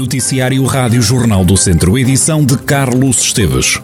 Noticiário Rádio Jornal do Centro, edição de Carlos Esteves.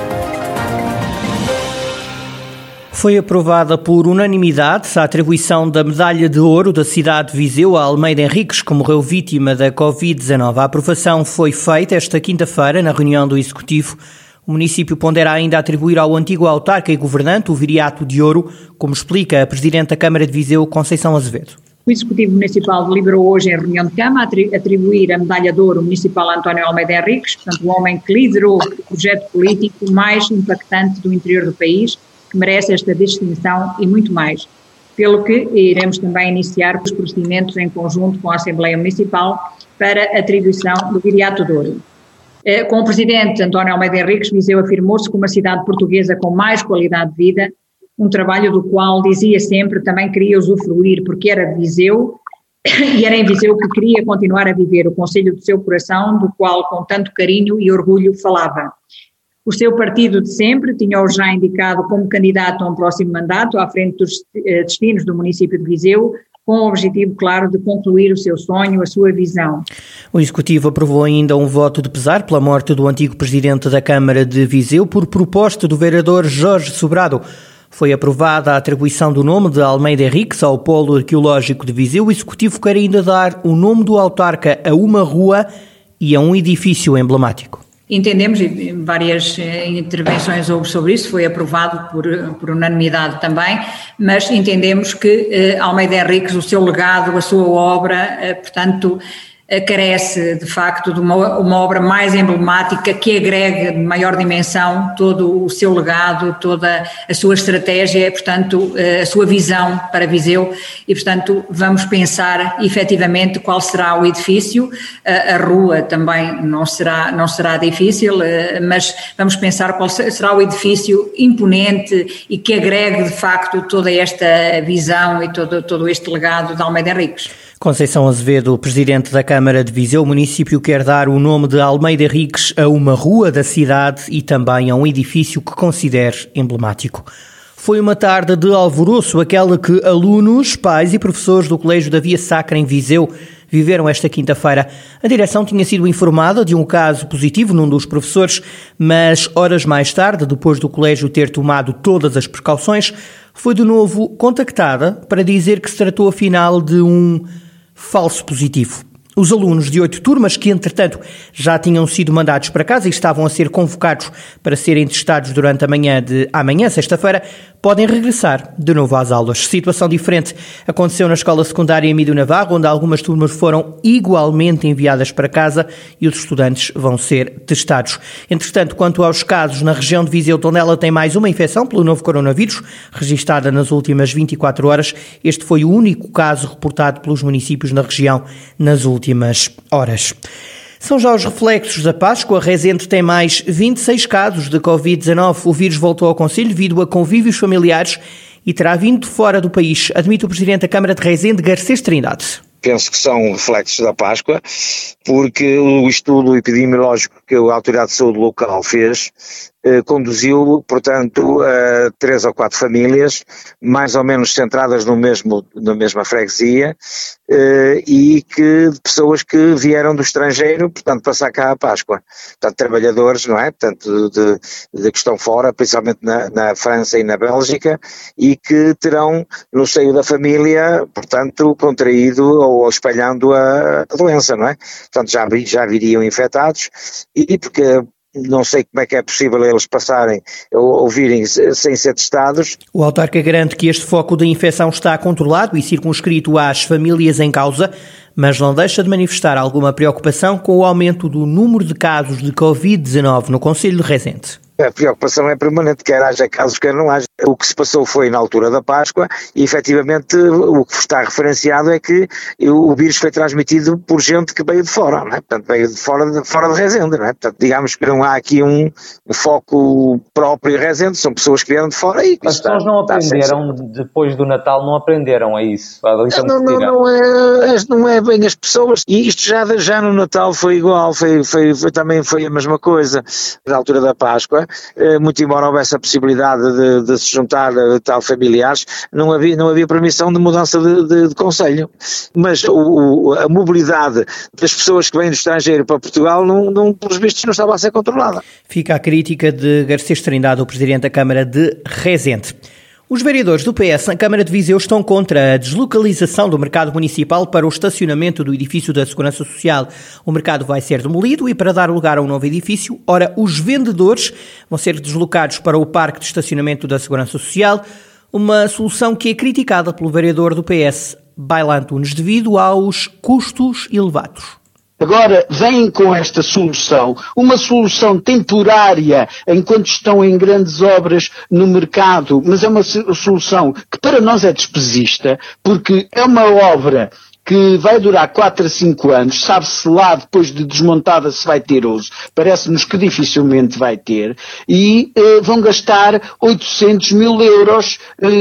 Foi aprovada por unanimidade a atribuição da Medalha de Ouro da cidade de Viseu a Almeida Henriques, que morreu vítima da Covid-19. A aprovação foi feita esta quinta-feira na reunião do Executivo. O município pondera ainda atribuir ao antigo autarca e governante o Viriato de Ouro, como explica a Presidente da Câmara de Viseu, Conceição Azevedo. O Executivo Municipal deliberou hoje em reunião de Câmara atribuir a Medalha de Ouro Municipal a António Almeida Henriques, portanto o homem que liderou o projeto político mais impactante do interior do país, que merece esta distinção e muito mais, pelo que iremos também iniciar os procedimentos em conjunto com a Assembleia Municipal para atribuição do Viriato de Ouro. Com o Presidente António Almeida Henriques, Viseu afirmou-se como uma cidade portuguesa com mais qualidade de vida, um trabalho do qual dizia sempre também queria usufruir, porque era de Viseu e era em Viseu que queria continuar a viver o conselho do seu coração, do qual com tanto carinho e orgulho falava. O seu partido de sempre tinha-o já indicado como candidato a um próximo mandato à frente dos destinos do município de Viseu, com o objetivo, claro, de concluir o seu sonho, a sua visão. O Executivo aprovou ainda um voto de pesar pela morte do antigo Presidente da Câmara de Viseu por proposta do vereador Jorge Sobrado. Foi aprovada a atribuição do nome de Almeida Henriques ao Polo Arqueológico de Viseu. O Executivo quer ainda dar o nome do autarca a uma rua e a um edifício emblemático. Entendemos, e várias intervenções houve sobre isso, foi aprovado por unanimidade também, mas entendemos que Almeida Henriques, o seu legado, a sua obra, portanto, carece de facto de uma obra mais emblemática que agregue de maior dimensão todo o seu legado, toda a sua estratégia, portanto a sua visão para Viseu e portanto vamos pensar efetivamente qual será o edifício, a rua também não será difícil, mas vamos pensar qual será o edifício imponente e que agregue de facto toda esta visão e todo este legado de Almeida Henriques. Conceição Azevedo, Presidente da Câmara de Viseu, o município quer dar o nome de Almeida Henriques a uma rua da cidade e também a um edifício que considere emblemático. Foi uma tarde de alvoroço, aquela que alunos, pais e professores do Colégio da Via Sacra em Viseu viveram esta quinta-feira. A direção tinha sido informada de um caso positivo num dos professores, mas horas mais tarde, depois do colégio ter tomado todas as precauções, foi de novo contactada para dizer que se tratou afinal de um falso positivo. Os alunos de 8 turmas, que entretanto já tinham sido mandados para casa e estavam a ser convocados para serem testados durante a manhã de amanhã, sexta-feira, podem regressar de novo às aulas. Situação diferente aconteceu na escola secundária Emílio Navarro, onde algumas turmas foram igualmente enviadas para casa e os estudantes vão ser testados. Entretanto, quanto aos casos na região de Viseu, Tondela tem mais uma infecção pelo novo coronavírus, registada nas últimas 24 horas. Este foi o único caso reportado pelos municípios na região nas últimas horas. São já os reflexos da Páscoa. Rezende tem mais 26 casos de Covid-19. O vírus voltou ao concelho devido a convívios familiares e terá vindo de fora do país, admite o Presidente da Câmara de Rezende, Garcês Trindade. Penso que são reflexos da Páscoa, porque o estudo epidemiológico que a Autoridade de Saúde local fez conduziu, portanto, a 3 ou 4 famílias, mais ou menos centradas na mesma freguesia, e de pessoas que vieram do estrangeiro, portanto, passar cá a Páscoa. Portanto, trabalhadores, não é? Portanto, de que estão fora, principalmente na França e na Bélgica, e que terão, no seio da família, portanto, contraído ou espalhando a doença, não é? Portanto, já viriam infectados, e porque não sei como é que é possível eles passarem ou virem sem ser testados. O autarca garante que este foco da infecção está controlado e circunscrito às famílias em causa, mas não deixa de manifestar alguma preocupação com o aumento do número de casos de Covid-19 no concelho de Rezende. A preocupação é permanente, quer haja casos, quer não haja. O que se passou foi na altura da Páscoa e, efetivamente, o que está referenciado é que o vírus foi transmitido por gente que veio de fora, não é? Portanto, veio de fora de Rezende, não é? Portanto, digamos que não há aqui um foco próprio em Rezende, são pessoas que vieram de fora e... As pessoas não aprenderam, depois do Natal, não aprenderam a isso? Não é bem as pessoas, e isto já no Natal foi igual, também foi a mesma coisa, na altura da Páscoa. Páscoa, muito embora houvesse a possibilidade de se juntar tal familiares, não havia permissão de mudança de concelho. Mas a mobilidade das pessoas que vêm do estrangeiro para Portugal, pelos vistos, não estava a ser controlada. Fica a crítica de Garcês Trindade, o Presidente da Câmara de Rezende. Os vereadores do PS na Câmara de Viseu estão contra a deslocalização do mercado municipal para o estacionamento do edifício da Segurança Social. O mercado vai ser demolido e, para dar lugar a um novo edifício, os vendedores vão ser deslocados para o parque de estacionamento da Segurança Social, uma solução que é criticada pelo vereador do PS, Baila Antunes, devido aos custos elevados. Agora vêm com esta solução, uma solução temporária enquanto estão em grandes obras no mercado, mas é uma solução que para nós é despesista, porque é uma obra que vai durar 4 a 5 anos, sabe-se lá depois de desmontada se vai ter uso, parece-nos que dificilmente vai ter, e vão gastar 800 mil euros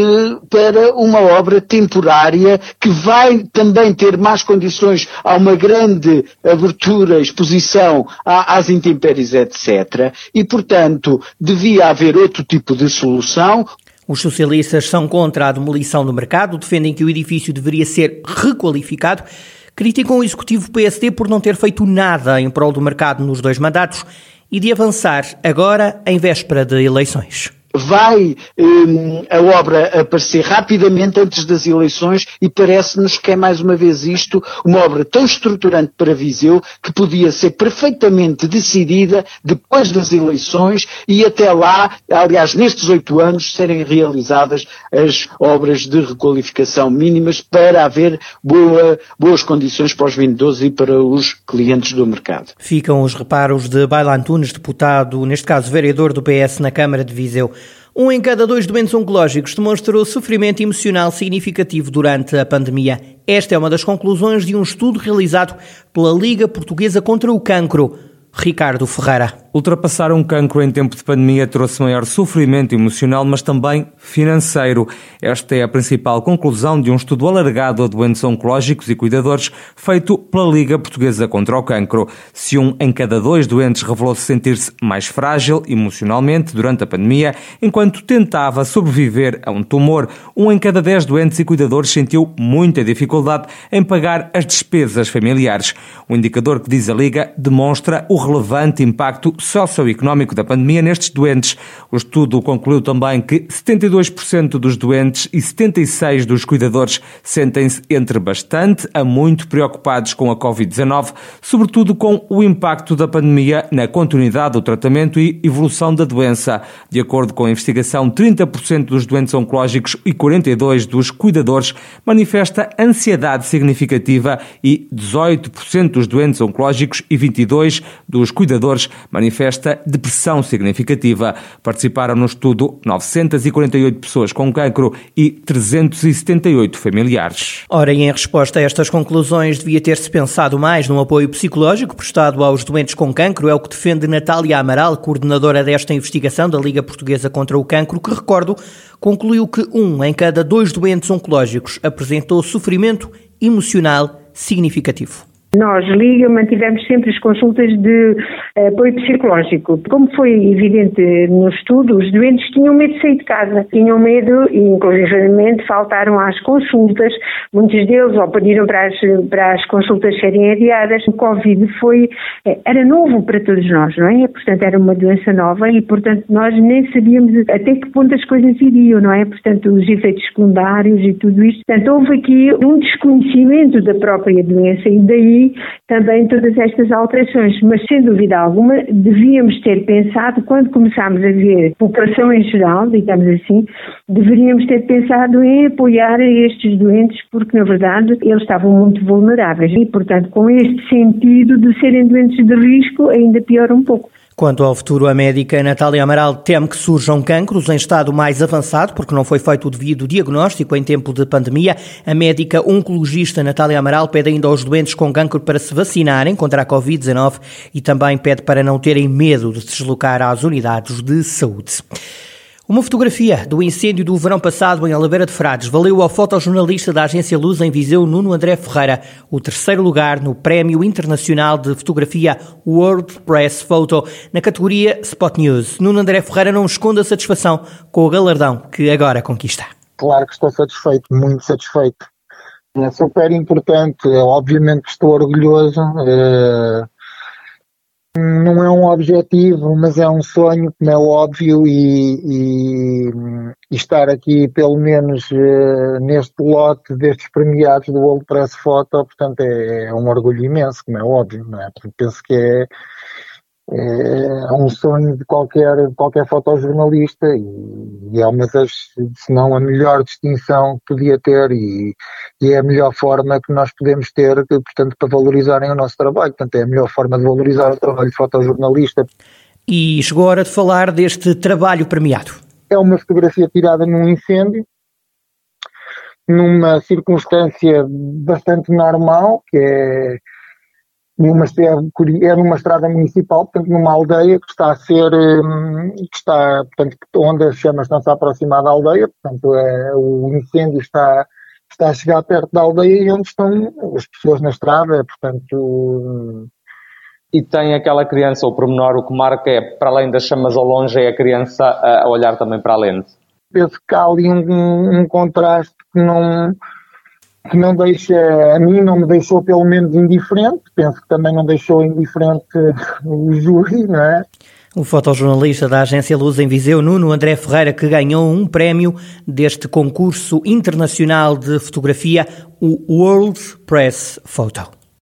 para uma obra temporária que vai também ter más condições a uma grande abertura, exposição às intempéries, etc. E, portanto, devia haver outro tipo de solução. Os socialistas são contra a demolição do mercado, defendem que o edifício deveria ser requalificado, criticam o executivo PSD por não ter feito nada em prol do mercado nos 2 mandatos e de avançar agora em véspera de eleições. Vai a obra aparecer rapidamente antes das eleições e parece-nos que é mais uma vez isto uma obra tão estruturante para Viseu que podia ser perfeitamente decidida depois das eleições e até lá, aliás nestes 8 anos, serem realizadas as obras de requalificação mínimas para haver boas condições para os vendedores e para os clientes do mercado. Ficam os reparos de Baila Antunes, deputado, neste caso vereador do PS na Câmara de Viseu. 1 em cada 2 doentes oncológicos demonstrou sofrimento emocional significativo durante a pandemia. Esta é uma das conclusões de um estudo realizado pela Liga Portuguesa contra o Cancro. Ricardo Ferreira. Ultrapassar um cancro em tempo de pandemia trouxe maior sofrimento emocional, mas também financeiro. Esta é a principal conclusão de um estudo alargado a doentes oncológicos e cuidadores feito pela Liga Portuguesa contra o Cancro. Se 1 em cada 2 doentes revelou-se sentir-se mais frágil emocionalmente durante a pandemia, enquanto tentava sobreviver a um tumor, 1 em cada 10 doentes e cuidadores sentiu muita dificuldade em pagar as despesas familiares. O indicador que diz a Liga demonstra o relevante impacto socioeconómico da pandemia nestes doentes. O estudo concluiu também que 72% dos doentes e 76% dos cuidadores sentem-se entre bastante a muito preocupados com a Covid-19, sobretudo com o impacto da pandemia na continuidade do tratamento e evolução da doença. De acordo com a investigação, 30% dos doentes oncológicos e 42% dos cuidadores manifesta ansiedade significativa e 18% dos doentes oncológicos e 22% dos cuidadores manifesta depressão significativa. Participaram no estudo 948 pessoas com cancro e 378 familiares. Ora, e em resposta a estas conclusões, devia ter-se pensado mais no apoio psicológico prestado aos doentes com cancro, é o que defende Natália Amaral, coordenadora desta investigação da Liga Portuguesa contra o Cancro, que, recordo, concluiu que 1 em cada 2 doentes oncológicos apresentou sofrimento emocional significativo. Nós, Liga, mantivemos sempre as consultas de apoio psicológico. Como foi evidente no estudo, os doentes tinham medo de sair de casa, tinham medo e, inclusivamente, faltaram às consultas. Muitos deles ou pediram para as consultas serem adiadas. O Covid era novo para todos nós, não é? Portanto, era uma doença nova e, portanto, nós nem sabíamos até que ponto as coisas iriam, não é? Portanto, os efeitos secundários e tudo isto. Portanto, houve aqui um desconhecimento da própria doença e daí também todas estas alterações, mas sem dúvida alguma devíamos ter pensado, quando começámos a ver população em geral, digamos assim, deveríamos ter pensado em apoiar estes doentes porque na verdade eles estavam muito vulneráveis e portanto com este sentido de serem doentes de risco ainda pior um pouco. Quanto ao futuro, a médica Natália Amaral teme que surjam cancros em estado mais avançado, porque não foi feito o devido diagnóstico em tempo de pandemia. A médica oncologista Natália Amaral pede ainda aos doentes com cancro para se vacinarem contra a Covid-19 e também pede para não terem medo de se deslocar às unidades de saúde. Uma fotografia do incêndio do verão passado em Oliveira de Frades valeu ao fotojornalista da agência Luz em Viseu, Nuno André Ferreira, o terceiro lugar no Prémio Internacional de Fotografia World Press Photo, na categoria Spot News. Nuno André Ferreira não esconde a satisfação com o galardão que agora conquista. Claro que estou satisfeito, muito satisfeito. É super importante, obviamente que estou orgulhoso. Não é um objetivo, mas é um sonho, como é óbvio, e estar aqui pelo menos neste lote destes premiados do World Press Photo, portanto é um orgulho imenso, como é óbvio, não é? Porque penso que é um sonho de qualquer fotojornalista e é uma das, se não a melhor distinção que podia ter e é a melhor forma que nós podemos ter, portanto, para valorizarem o nosso trabalho. Portanto, é a melhor forma de valorizar o trabalho de fotojornalista. E chegou a hora de falar deste trabalho premiado. É uma fotografia tirada num incêndio, numa circunstância bastante normal, que é numa estrada municipal, portanto numa aldeia que está a ser, portanto, onde as chamas estão-se a aproximar da aldeia, portanto o incêndio está a chegar perto da aldeia e onde estão as pessoas na estrada, portanto... E tem aquela criança, o pormenor, o que marca é, para além das chamas ao longe, é a criança a olhar também para a lente. Penso que há ali um contraste que não deixa, a mim não me deixou pelo menos indiferente, penso que também não deixou indiferente o júri, não é? O fotojornalista da agência Luz em Viseu, Nuno André Ferreira, que ganhou um prémio deste concurso internacional de fotografia, o World Press Photo.